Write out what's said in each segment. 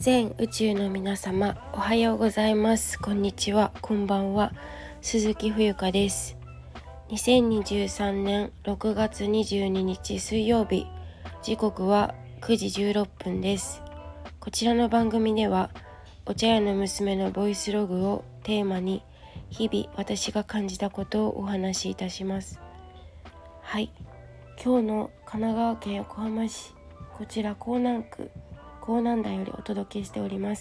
全宇宙の皆様、おはようございます。こんにちは、こんばんは。鈴木冬香です。2023年6月22日水曜日、時刻は9時16分です。こちらの番組では、お茶屋の娘のボイスログをテーマに、日々私が感じたことをお話しいたします。はい、今日の神奈川県横浜市、こちら港南区港南台よりお届けしております。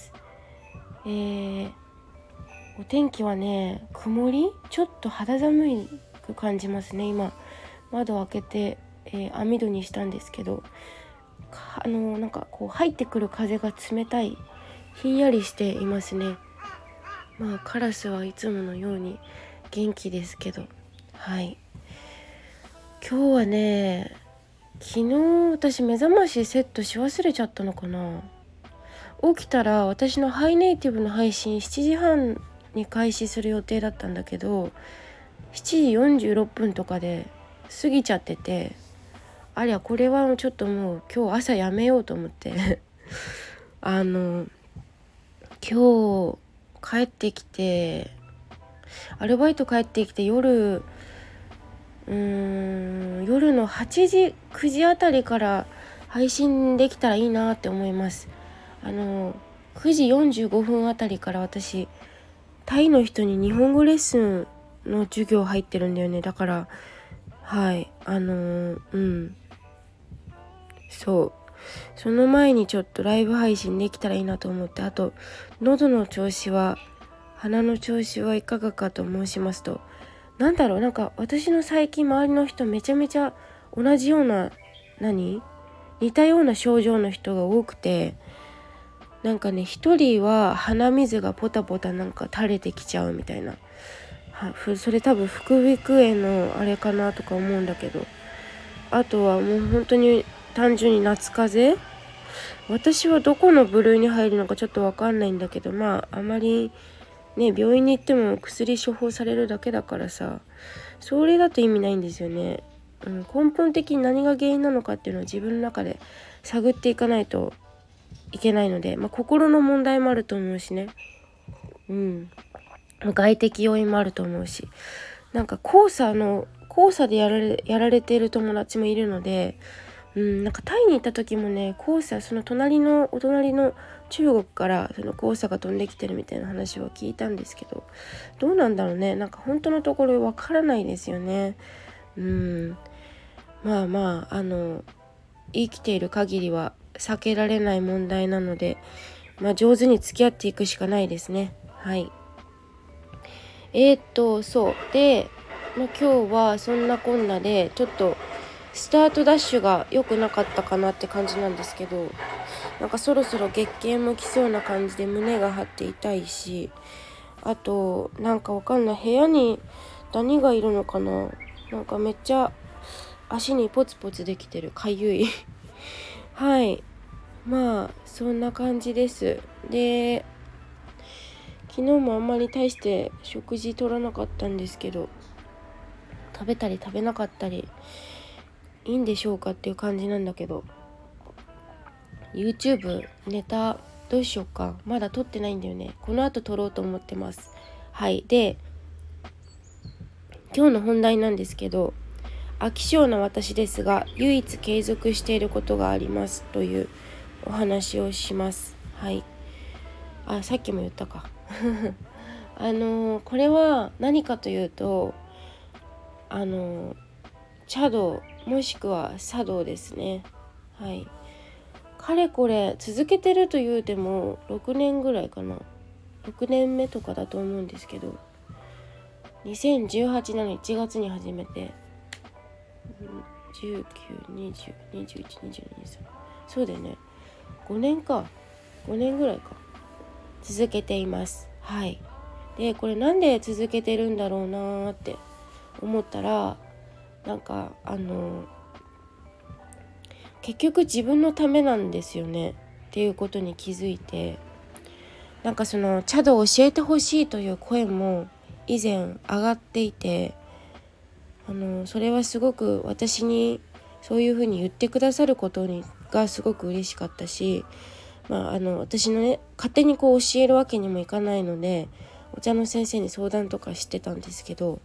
お天気はね、曇り、ちょっと肌寒く感じますね。今窓を開けて、網戸にしたんですけど、なんかこう入ってくる風が冷たい、ひんやりしていますね。カラスはいつものように元気ですけど、はい。今日はね、昨日私目覚ましセットし忘れちゃったのかな。起きたら私のハイネイティブの配信7時半に開始する予定だったんだけど、7時46分とかで過ぎちゃってて、ありゃこれはちょっともう今日朝やめようと思って今日帰ってきて、アルバイト帰ってきて夜の8時9時あたりから配信できたらいいなって思います。9時45分あたりから私タイの人に日本語レッスンの授業入ってるんだよね。だからはいその前にちょっとライブ配信できたらいいなと思って、あと喉の調子は鼻の調子はいかがかと申しますと、なんか私の最近周りの人めちゃめちゃ同じような似たような症状の人が多くて、なんかね、一人は鼻水がポタポタなんか垂れてきちゃうみたいな、それ多分副鼻腔炎のあれかなとか思うんだけど、あとはもう本当に単純に夏風邪。私はどこの部類に入るのかちょっと分かんないんだけど、あまりね、病院に行っても薬処方されるだけだからさ、それだと意味ないんですよね。根本的に何が原因なのかっていうのを自分の中で探っていかないといけないので、心の問題もあると思うしね、外的要因もあると思うし、なんか黄砂でやられている友達もいるので、なんかタイに行った時もね、黄砂、そのお隣の中国からその黄砂が飛んできてるみたいな話を聞いたんですけど、どうなんだろうね。なんか本当のところわからないですよね。生きている限りは避けられない問題なので、上手に付き合っていくしかないですね。はい。そうで、今日はそんなこんなでちょっとスタートダッシュが良くなかったかなって感じなんですけど、なんかそろそろ月経も来そうな感じで胸が張って痛いし、あとなんかわかんない、部屋にダニがいるのかな、なんかめっちゃ足にポツポツできてる、かゆいはい、そんな感じです。で、昨日もあんまり大して食事取らなかったんですけど、食べたり食べなかったりいいんでしょうかっていう感じなんだけど、 YouTube ネタどうしようか、まだ撮ってないんだよね。この後撮ろうと思ってます。はい。で、今日の本題なんですけど、飽き性な私ですが唯一継続していることがありますというお話をします。はい。さっきも言ったかこれは何かというと、茶道もしくは茶道ですね。はい。かれこれ続けてるというても6年ぐらいかな、6年目とかだと思うんですけど、2018年の1月に始めて、19、20、21、22、そうだよね、5年ぐらいか続けています。はい。で、これなんで続けてるんだろうなって思ったら、なんか結局自分のためなんですよねっていうことに気づいて、なんかその茶道を教えてほしいという声も以前上がっていて、それはすごく私にそういうふうに言ってくださることがすごく嬉しかったし、 私のね勝手にこう教えるわけにもいかないので、お茶の先生に相談とかしてたんですけど、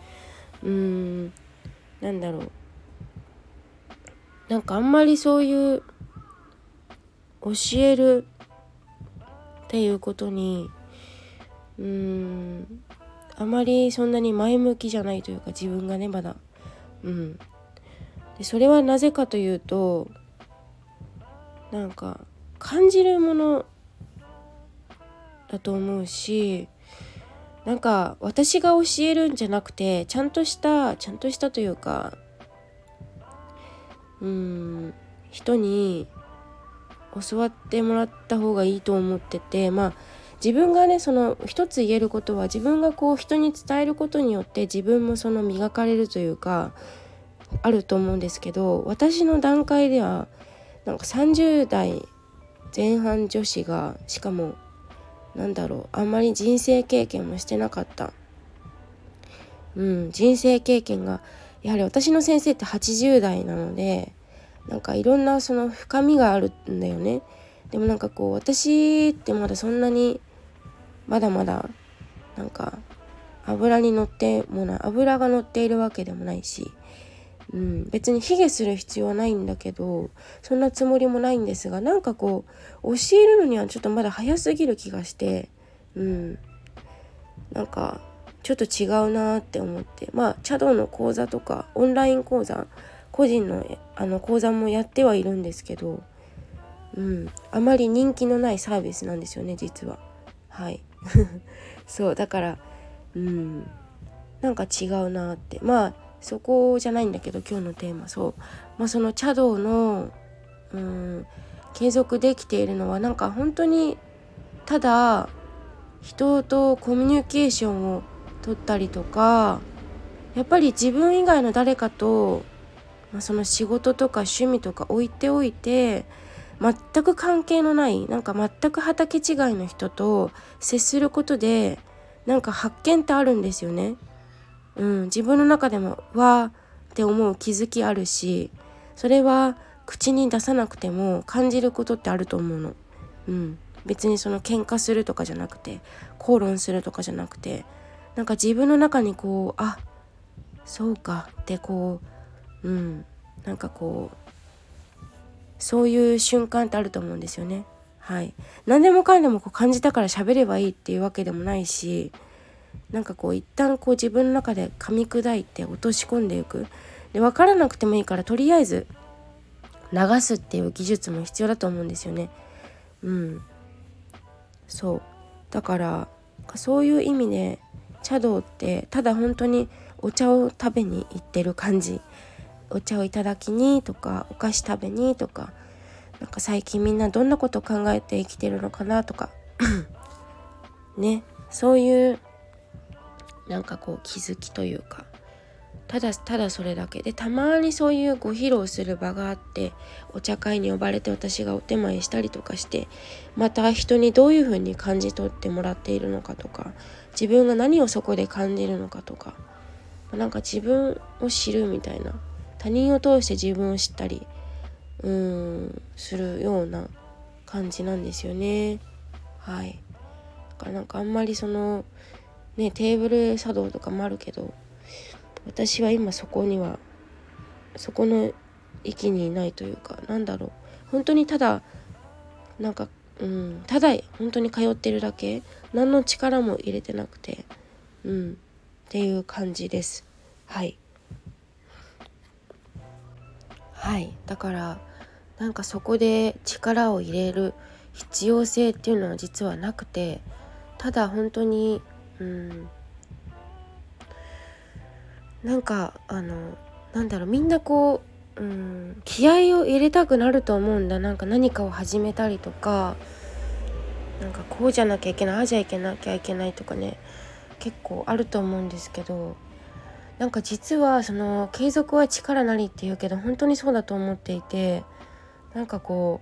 なんだろう、なんかあんまりそういう教えるっていうことにあまりそんなに前向きじゃないというか、自分がねまだでそれはなぜかというと、なんか感じるものだと思うし、なんか私が教えるんじゃなくて、ちゃんとしたというか、人に教わってもらった方がいいと思ってて、自分がねその一つ言えることは、自分がこう人に伝えることによって自分もその磨かれるというかあると思うんですけど、私の段階ではなんか30代前半女子が、しかもあんまり人生経験もしてなかった、人生経験がやはり私の先生って80代なので、なんかいろんなその深みがあるんだよね。でもなんかこう私ってまだそんなにまだまだなんか油が乗っているわけでもないし、別に卑下する必要はないんだけど、そんなつもりもないんですが、なんかこう教えるのにはちょっとまだ早すぎる気がして、なんかちょっと違うなって思って、茶道の講座とかオンライン講座、個人の講座もやってはいるんですけど、あまり人気のないサービスなんですよね、実は。はいそうだからなんか違うなって、そこじゃないんだけど、今日のテーマその茶道の継続できているのは、なんか本当にただ人とコミュニケーションを取ったりとか、やっぱり自分以外の誰かと、その仕事とか趣味とか置いておいて、全く関係のない、なんか全く畑違いの人と接することで、なんか発見ってあるんですよね。自分の中でもわーって思う気づきあるし、それは口に出さなくても感じることってあると思うの。別にその喧嘩するとかじゃなくて、口論するとかじゃなくて、なんか自分の中にこう、あ、そうかってこう、なんかこうそういう瞬間ってあると思うんですよね。はい。何でもかんでもこう感じたから喋ればいいっていうわけでもないし、なんかこう一旦こう自分の中で噛み砕いて落とし込んでいく。で、分からなくてもいいからとりあえず流すっていう技術も必要だと思うんですよね。そうだからそういう意味で茶道ってただ本当にお茶を食べに行ってる感じ、お茶をいただきにとかお菓子食べにとか、なんか最近みんなどんなこと考えて生きてるのかなとかね、そういうなんかこう気づきというか、ただそれだけで、たまにそういうご披露する場があって、お茶会に呼ばれて私がお手前したりとかして、また人にどういう風に感じ取ってもらっているのかとか、自分が何をそこで感じるのかとか、なんか自分を知るみたいな、他人を通して自分を知ったりするような感じなんですよね。はい。だからなんかあんまりそのね、テーブル茶道とかもあるけど、私は今そこの域にいないというか、本当にただただ本当に通ってるだけ、何の力も入れてなくてっていう感じです。はいだからなんかそこで力を入れる必要性っていうのは実はなくて、ただ本当になんかみんなこう気合を入れたくなると思うんだ。なんか何かを始めたりとか、なんかこうじゃなきゃいけない、ああじゃいけなきゃいけないとかね、結構あると思うんですけど、なんか実はその継続は力なりって言うけど、本当にそうだと思っていて、なんかこ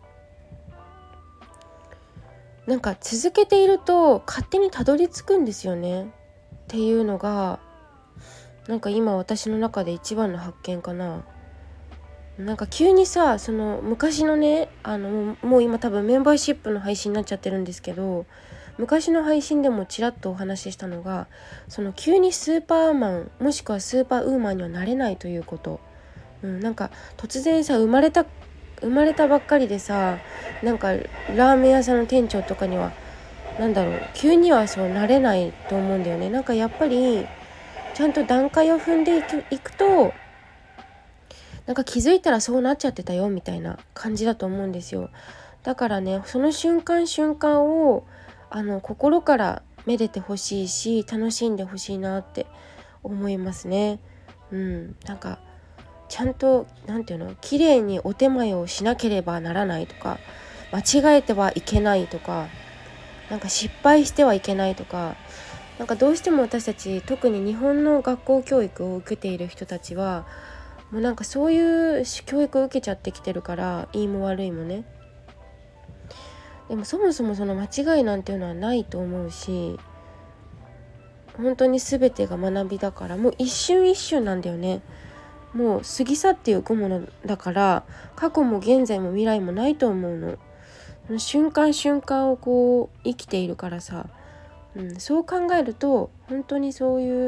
うなんか続けていると勝手にたどり着くんですよねっていうのが、なんか今私の中で一番の発見かな。 なんか急にさ、その昔のね、もう今多分メンバーシップの配信になっちゃってるんですけど、昔の配信でもちらっとお話ししたのが、その急にスーパーマンもしくはスーパーウーマンにはなれないということ、なんか突然さ、生まれたばっかりでさ、なんかラーメン屋さんの店長とかには急にはそうなれないと思うんだよね。なんかやっぱりちゃんと段階を踏んでいくと、なんか気づいたらそうなっちゃってたよみたいな感じだと思うんですよ。だからね、その瞬間瞬間を心からめでてほしいし、楽しんでほしいなって思いますね。なんかちゃんと綺麗にお手前をしなければならないとか、間違えてはいけないとか、なんか失敗してはいけないとか、なんかどうしても私たち、特に日本の学校教育を受けている人たちは、もうなんかそういう教育を受けちゃってきてるから、いいも悪いもね。でもそもそもその間違いなんていうのはないと思うし、本当に全てが学びだから、もう一瞬一瞬なんだよね。もう過ぎ去っていくものだから、過去も現在も未来もないと思うの。瞬間瞬間をこう生きているからさ、そう考えると本当にそういう、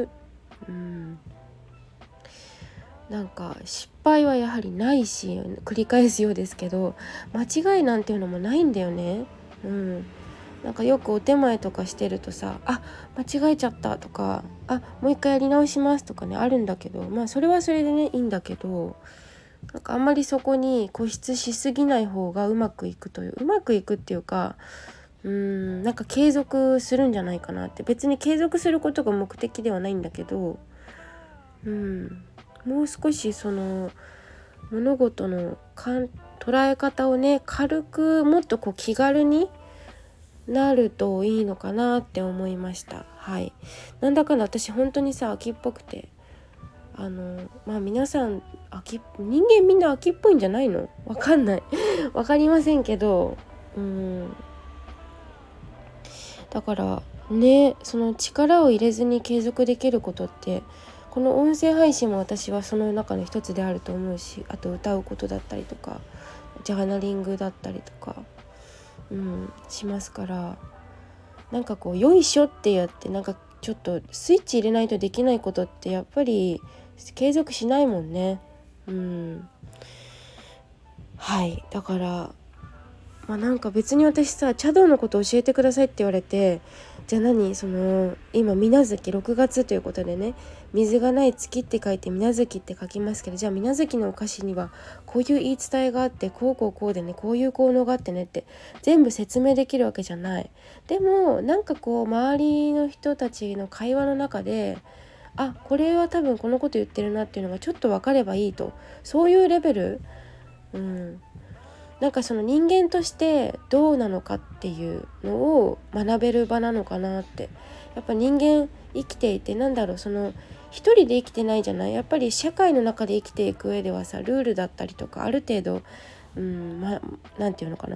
なんか失敗はやはりないし、繰り返すようですけど、間違いなんていうのもないんだよね。なんかよくお手前とかしてるとさ、間違えちゃったとか、もう一回やり直しますとかね、あるんだけど、それはそれでねいいんだけど、なんかあんまりそこに固執しすぎない方がうまくいくっていうか、なんか継続するんじゃないかなって。別に継続することが目的ではないんだけど、もう少しその物事の捉え方をね、軽く、もっとこう気軽になるといいのかなって思いました。はい。なんだかんだ私本当にさ、秋っぽくて、皆さん人間みんな秋っぽいんじゃないの？わかんないわかりませんけど、だからね、その力を入れずに継続できることって、この音声配信も私はその中の一つであると思うし、あと歌うことだったりとか、ジャーナリングだったりとか、しますから、なんかこうよいしょってやって、なんかちょっとスイッチ入れないとできないことってやっぱり継続しないもんね。はい。だからなんか別に私さ、茶道のこと教えてくださいって言われて、じゃあその今水無月6月ということでね、水がない月って書いて水無月って書きますけど、じゃあ水無月のお菓子にはこういう言い伝えがあって、こうでね、こういう効能があってねって全部説明できるわけじゃない。でもなんかこう周りの人たちの会話の中で、これは多分このこと言ってるなっていうのがちょっと分かればいいと、そういうレベル。なんかその人間としてどうなのかっていうのを学べる場なのかなって。やっぱ人間生きていて、その一人で生きてないじゃない。やっぱり社会の中で生きていく上ではさ、ルールだったりとかある程度なんていうのかな、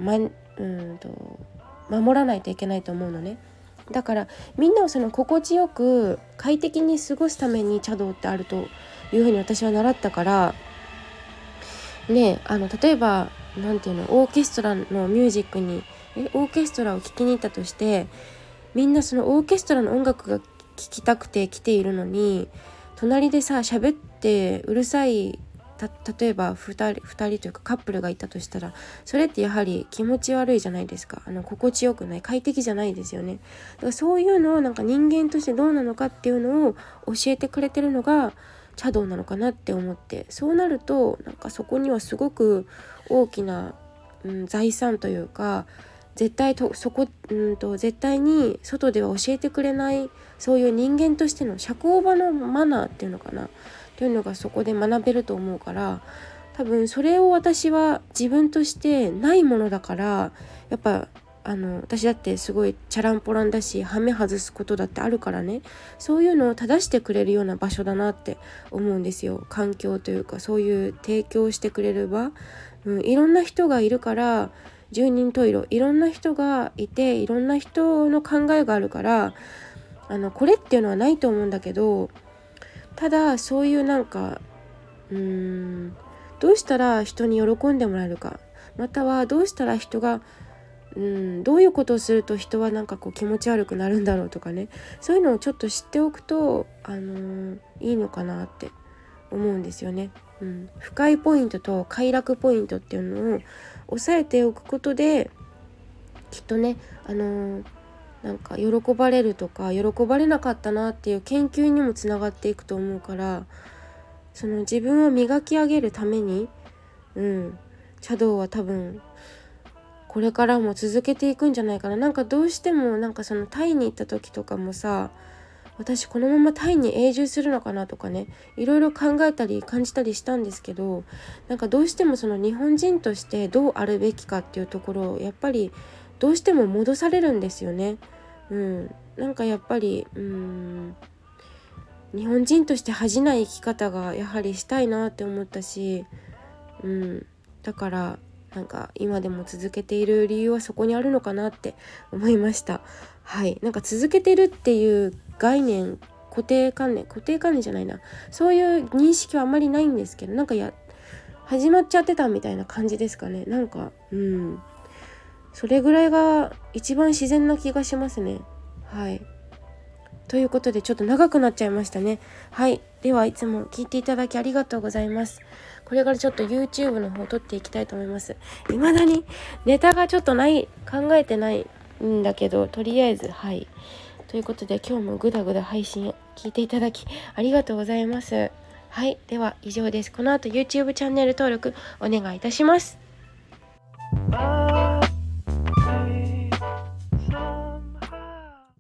守らないといけないと思うのね。だからみんなをその心地よく快適に過ごすために茶道ってあるというふうに私は習ったからね。例えばオーケストラのミュージックにオーケストラを聴きに行ったとして、みんなそのオーケストラの音楽が聴きたくて来ているのに、隣でさ喋ってうるさい、例えば2人というかカップルがいたとしたら、それってやはり気持ち悪いじゃないですか。心地よくない、快適じゃないですよね。だからそういうのをなんか人間としてどうなのかっていうのを教えてくれてるのが茶道なのかなって思って、そうなるとなんかそこにはすごく大きな、財産というか、絶対に外では教えてくれない、そういう人間としての社交場のマナーっていうのかなっていうのがそこで学べると思うから、多分それを私は自分としてないものだから、やっぱ私だってすごいチャランポランだし、ハメ外すことだってあるからね、そういうのを正してくれるような場所だなって思うんですよ。環境というか、そういう提供してくれる場、いろんな人がいるから、十人十色いろんな人がいて、いろんな人の考えがあるから、これっていうのはないと思うんだけど、ただそういうどうしたら人に喜んでもらえるか、またはどうしたら人がどういうことをすると人はなんかこう気持ち悪くなるんだろうとかね、そういうのをちょっと知っておくと、いいのかなって思うんですよね。不快ポイントと快楽ポイントっていうのを押さえておくことで、きっとね、なんか喜ばれるとか喜ばれなかったなっていう研究にもつながっていくと思うから、その自分を磨き上げるために、茶道は多分これからも続けていくんじゃないかな。なんかどうしてもなんかそのタイに行った時とかもさ、私このままタイに永住するのかなとかね、いろいろ考えたり感じたりしたんですけど、なんかどうしてもその日本人としてどうあるべきかっていうところをやっぱりどうしても戻されるんですよね。なんかやっぱり日本人として恥じない生き方がやはりしたいなって思ったし、だからなんか今でも続けている理由はそこにあるのかなって思いました。はい、なんか続けてるっていう概念、固定観念じゃないな、そういう認識はあんまりないんですけど、なんか始まっちゃってたみたいな感じですかね。なんかそれぐらいが一番自然な気がしますね。はい、ということでちょっと長くなっちゃいましたね。はい、ではいつも聞いていただきありがとうございます。これからちょっと YouTube の方撮っていきたいと思います。未だにネタがちょっと考えてないんだけど、とりあえずということで今日もグダグダ配信聞いていただきありがとうございます。はい、では以上です。この後 YouTube チャンネル登録お願いいたします。